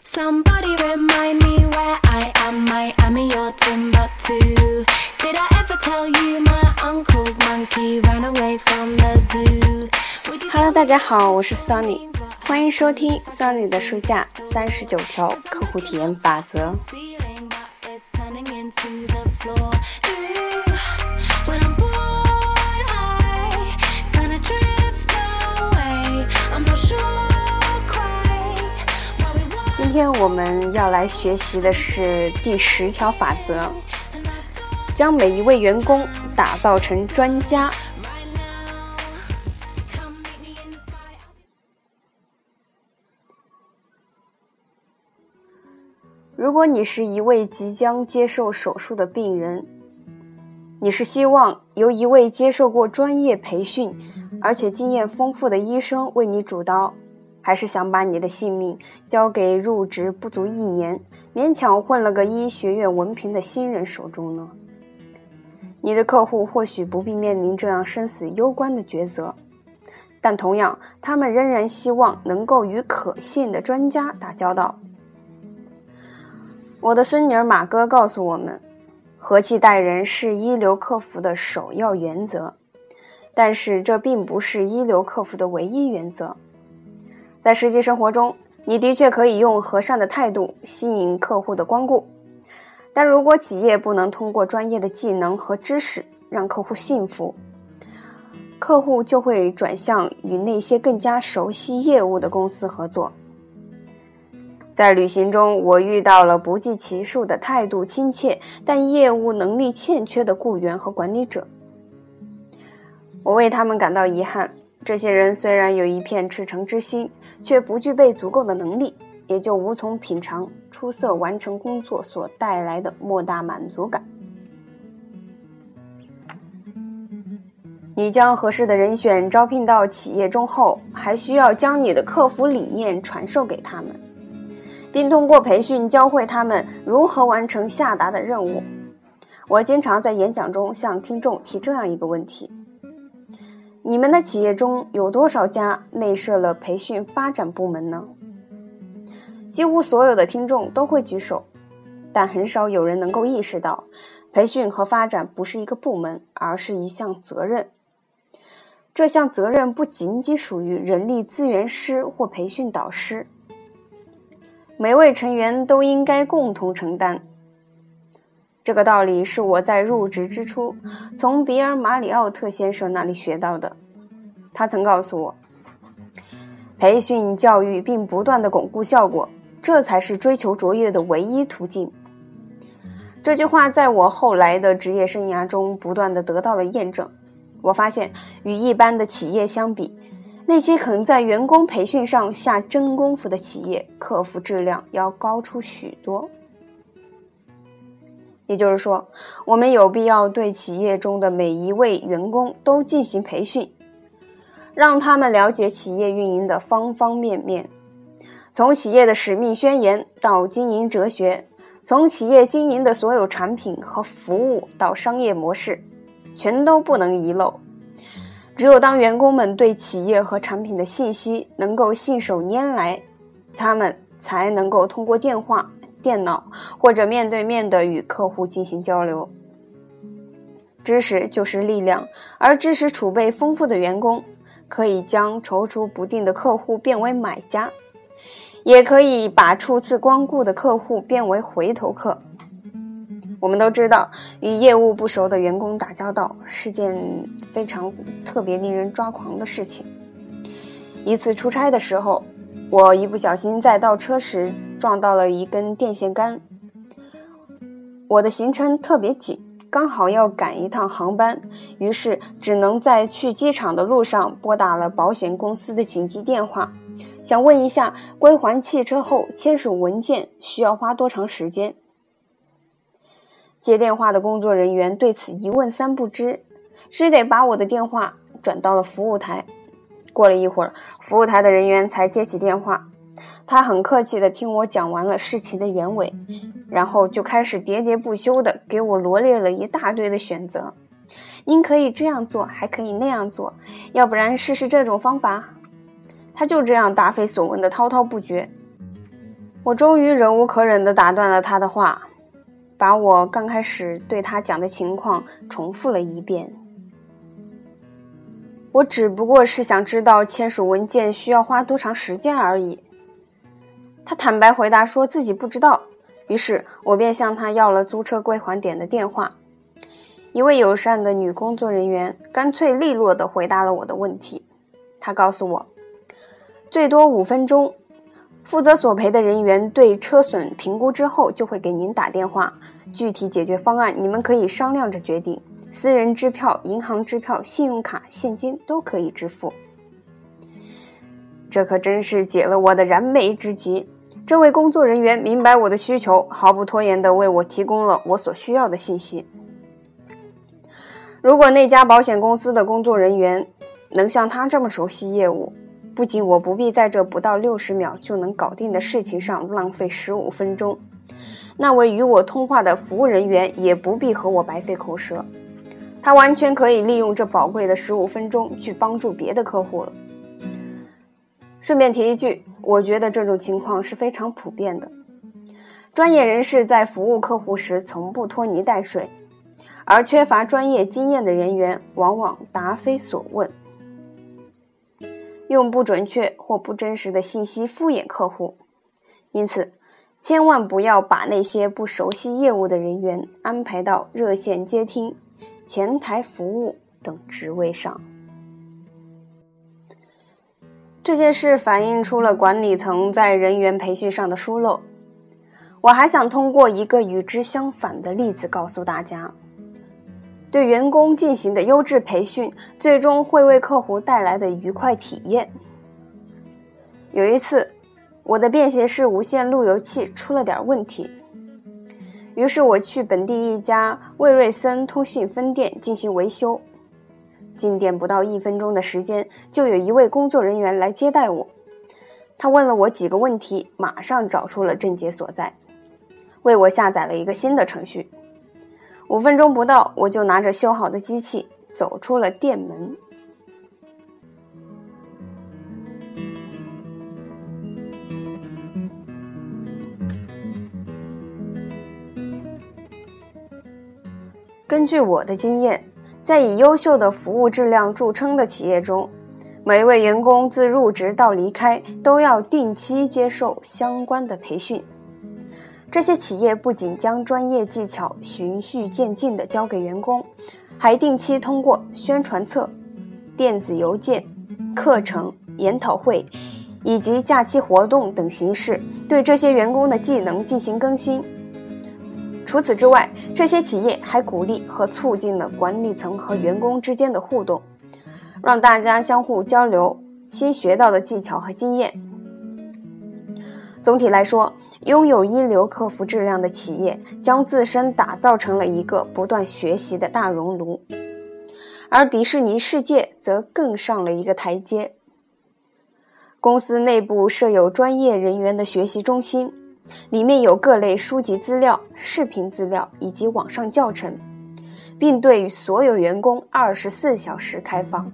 Somebody remind me where I am, Miami or Timbuktu. Did I ever tell you my uncle's monkey ran away from the zoo? Hello， 大家好，我是 Sunny， 欢迎收听 Sunny 的书架39条客户体验法则。今天我们要来学习的是第10条法则，将每一位员工打造成专家。如果你是一位即将接受手术的病人，你是希望由一位接受过专业培训而且经验丰富的医生为你主刀，还是想把你的性命交给入职不足1年勉强混了个医学院文凭的新人手中呢？你的客户或许不必面临这样生死攸关的抉择，但同样他们仍然希望能够与可信的专家打交道。我的孙女儿马哥告诉我们，和气待人是一流客服的首要原则，但是这并不是一流客服的唯一原则。在实际生活中，你的确可以用和善的态度吸引客户的光顾，但如果企业不能通过专业的技能和知识让客户信服，客户就会转向与那些更加熟悉业务的公司合作。在旅行中，我遇到了不计其数的态度亲切但业务能力欠缺的雇员和管理者。我为他们感到遗憾，这些人虽然有一片赤诚之心，却不具备足够的能力，也就无从品尝出色完成工作所带来的莫大满足感。你将合适的人选招聘到企业中后，还需要将你的客服理念传授给他们，并通过培训教会他们如何完成下达的任务。我经常在演讲中向听众提这样一个问题：你们的企业中有多少家内设了培训发展部门呢？几乎所有的听众都会举手，但很少有人能够意识到，培训和发展不是一个部门，而是一项责任。这项责任不仅仅属于人力资源师或培训导师，每位成员都应该共同承担。这个道理是我在入职之初从比尔·马里奥特先生那里学到的。他曾告诉我，培训教育并不断地巩固效果，这才是追求卓越的唯一途径。这句话在我后来的职业生涯中不断地得到了验证。我发现与一般的企业相比，那些肯在员工培训上下真功夫的企业，客服质量要高出许多。也就是说，我们有必要对企业中的每一位员工都进行培训，让他们了解企业运营的方方面面，从企业的使命宣言到经营哲学，从企业经营的所有产品和服务到商业模式，全都不能遗漏。只有当员工们对企业和产品的信息能够信手拈来，他们才能够通过电话、电脑或者面对面的与客户进行交流。知识就是力量，而知识储备丰富的员工可以将踌躇不定的客户变为买家，也可以把初次光顾的客户变为回头客。我们都知道，与业务不熟的员工打交道是件非常特别令人抓狂的事情。一次出差的时候，我一不小心在倒车时撞到了一根电线杆。我的行程特别紧，刚好要赶一趟航班，于是只能在去机场的路上拨打了保险公司的紧急电话，想问一下归还汽车后签署文件需要花多长时间。接电话的工作人员对此一问三不知，只得把我的电话转到了服务台。过了一会儿，服务台的人员才接起电话，他很客气地听我讲完了事情的原委，然后就开始喋喋不休地给我罗列了一大堆的选择。您可以这样做，还可以那样做，要不然试试这种方法。他就这样答非所问的滔滔不绝。 我终于忍无可忍地打断了他的话，把我刚开始对他讲的情况重复了一遍。我只不过是想知道签署文件需要花多长时间而已。他坦白回答说自己不知道，于是我便向他要了租车归还点的电话。一位友善的女工作人员干脆利落地回答了我的问题。她告诉我，最多5分钟，负责索赔的人员对车损评估之后就会给您打电话，具体解决方案你们可以商量着决定，私人支票、银行支票、信用卡、现金都可以支付。这可真是解了我的燃眉之急。这位工作人员明白我的需求，毫不拖延地为我提供了我所需要的信息。如果那家保险公司的工作人员能像他这么熟悉业务，不仅我不必在这不到60秒就能搞定的事情上浪费15分钟，那位与我通话的服务人员也不必和我白费口舌，他完全可以利用这宝贵的15分钟去帮助别的客户了。顺便提一句，我觉得这种情况是非常普遍的。专业人士在服务客户时从不拖泥带水，而缺乏专业经验的人员往往答非所问，用不准确或不真实的信息敷衍客户。因此，千万不要把那些不熟悉业务的人员安排到热线接听、前台服务等职位上。这件事反映出了管理层在人员培训上的疏漏。我还想通过一个与之相反的例子告诉大家，对员工进行的优质培训，最终会为客户带来的愉快体验。有一次，我的便携式无线路由器出了点问题，于是我去本地一家魏瑞森通信分店进行维修。进店不到1分钟的时间，就有一位工作人员来接待我。他问了我几个问题，马上找出了症结所在，为我下载了一个新的程序。5分钟不到，我就拿着修好的机器走出了店门。根据我的经验，在以优秀的服务质量著称的企业中，每一位员工自入职到离开都要定期接受相关的培训。这些企业不仅将专业技巧循序渐进地教给员工，还定期通过宣传册、电子邮件、课程、研讨会以及假期活动等形式对这些员工的技能进行更新。除此之外，这些企业还鼓励和促进了管理层和员工之间的互动，让大家相互交流新学到的技巧和经验。总体来说，拥有一流客服质量的企业将自身打造成了一个不断学习的大熔炉，而迪士尼世界则更上了一个台阶。公司内部设有专业人员的学习中心，里面有各类书籍资料、视频资料以及网上教程，并对所有员工24小时开放。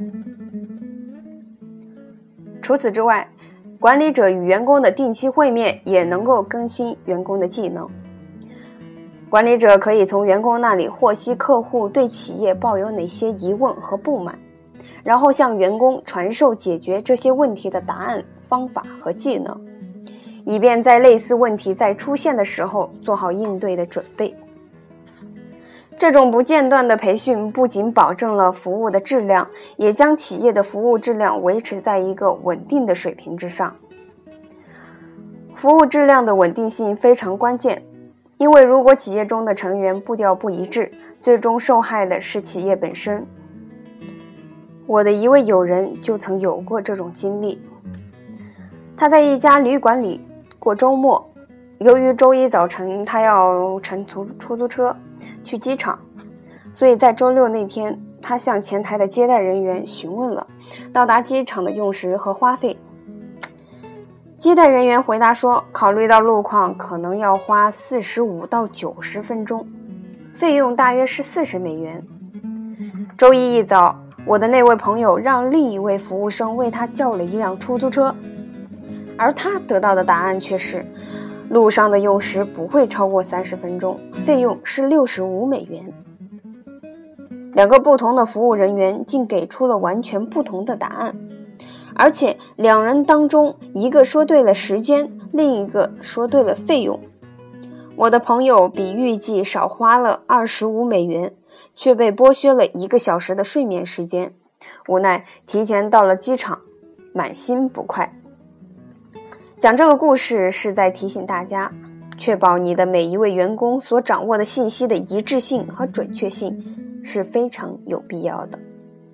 除此之外，管理者与员工的定期会面也能够更新员工的技能。管理者可以从员工那里获悉客户对企业抱有哪些疑问和不满，然后向员工传授解决这些问题的答案、方法和技能，以便在类似问题再出现的时候做好应对的准备。这种不间断的培训不仅保证了服务的质量，也将企业的服务质量维持在一个稳定的水平之上。服务质量的稳定性非常关键，因为如果企业中的成员步调不一致，最终受害的是企业本身。我的一位友人就曾有过这种经历。他在一家旅馆里过周末，由于周一早晨他要乘出租车去机场，所以在周六那天，他向前台的接待人员询问了到达机场的用时和花费。接待人员回答说，考虑到路况，可能要花45到90分钟，费用大约是40美元。周一一早，我的那位朋友让另一位服务生为他叫了一辆出租车，而他得到的答案却是， 路上的用时不会超过30分钟，费用是65美元。2个不同的服务人员竟给出了完全不同的答案，而且2人当中一个说对了时间，另一个说对了费用。我的朋友比预计少花了25美元，却被剥削了1个小时的睡眠时间，无奈提前到了机场，满心不快。讲这个故事是在提醒大家，确保你的每一位员工所掌握的信息的一致性和准确性是非常有必要的。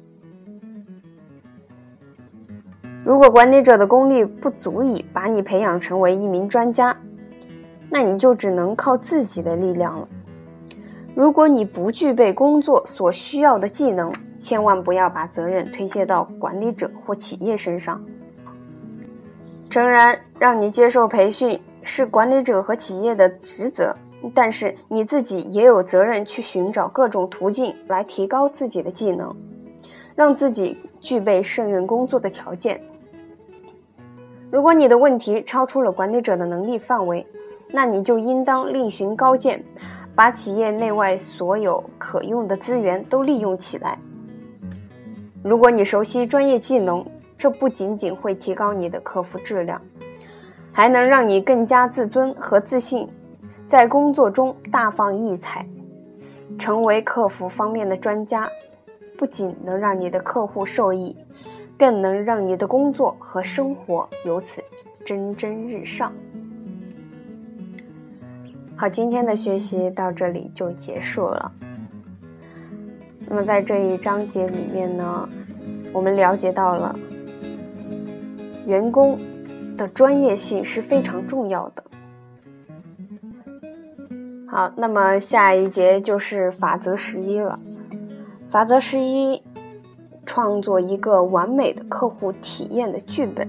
如果管理者的功力不足以把你培养成为一名专家，那你就只能靠自己的力量了。如果你不具备工作所需要的技能，千万不要把责任推卸到管理者或企业身上。诚然，让你接受培训是管理者和企业的职责，但是你自己也有责任去寻找各种途径来提高自己的技能，让自己具备胜任工作的条件。如果你的问题超出了管理者的能力范围，那你就应当另寻高见，把企业内外所有可用的资源都利用起来。如果你熟悉专业技能，这不仅仅会提高你的客服质量，还能让你更加自尊和自信，在工作中大放异彩。成为客服方面的专家，不仅能让你的客户受益，更能让你的工作和生活由此蒸蒸日上。好，今天的学习到这里就结束了。那么在这一章节里面呢，我们了解到了员工的专业性是非常重要的。好，那么下一节就是法则11了。法则11，创作一个完美的客户体验的剧本。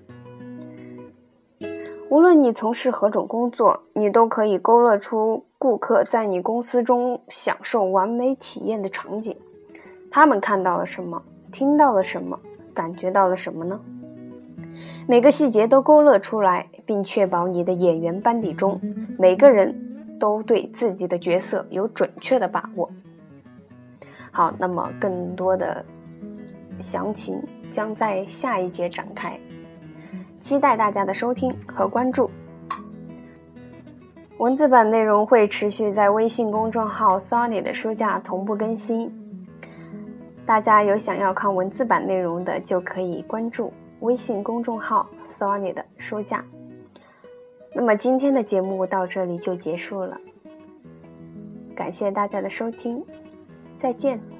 无论你从事何种工作，你都可以勾勒出顾客在你公司中享受完美体验的场景。他们看到了什么？听到了什么？感觉到了什么呢？每个细节都勾勒出来，并确保你的演员班底中每个人都对自己的角色有准确的把握。好，那么更多的详情将在下一节展开，期待大家的收听和关注。文字版内容会持续在微信公众号 Sony 的书架同步更新，大家有想要看文字版内容的就可以关注微信公众号 Sony 的书架。那么今天的节目到这里就结束了，感谢大家的收听，再见。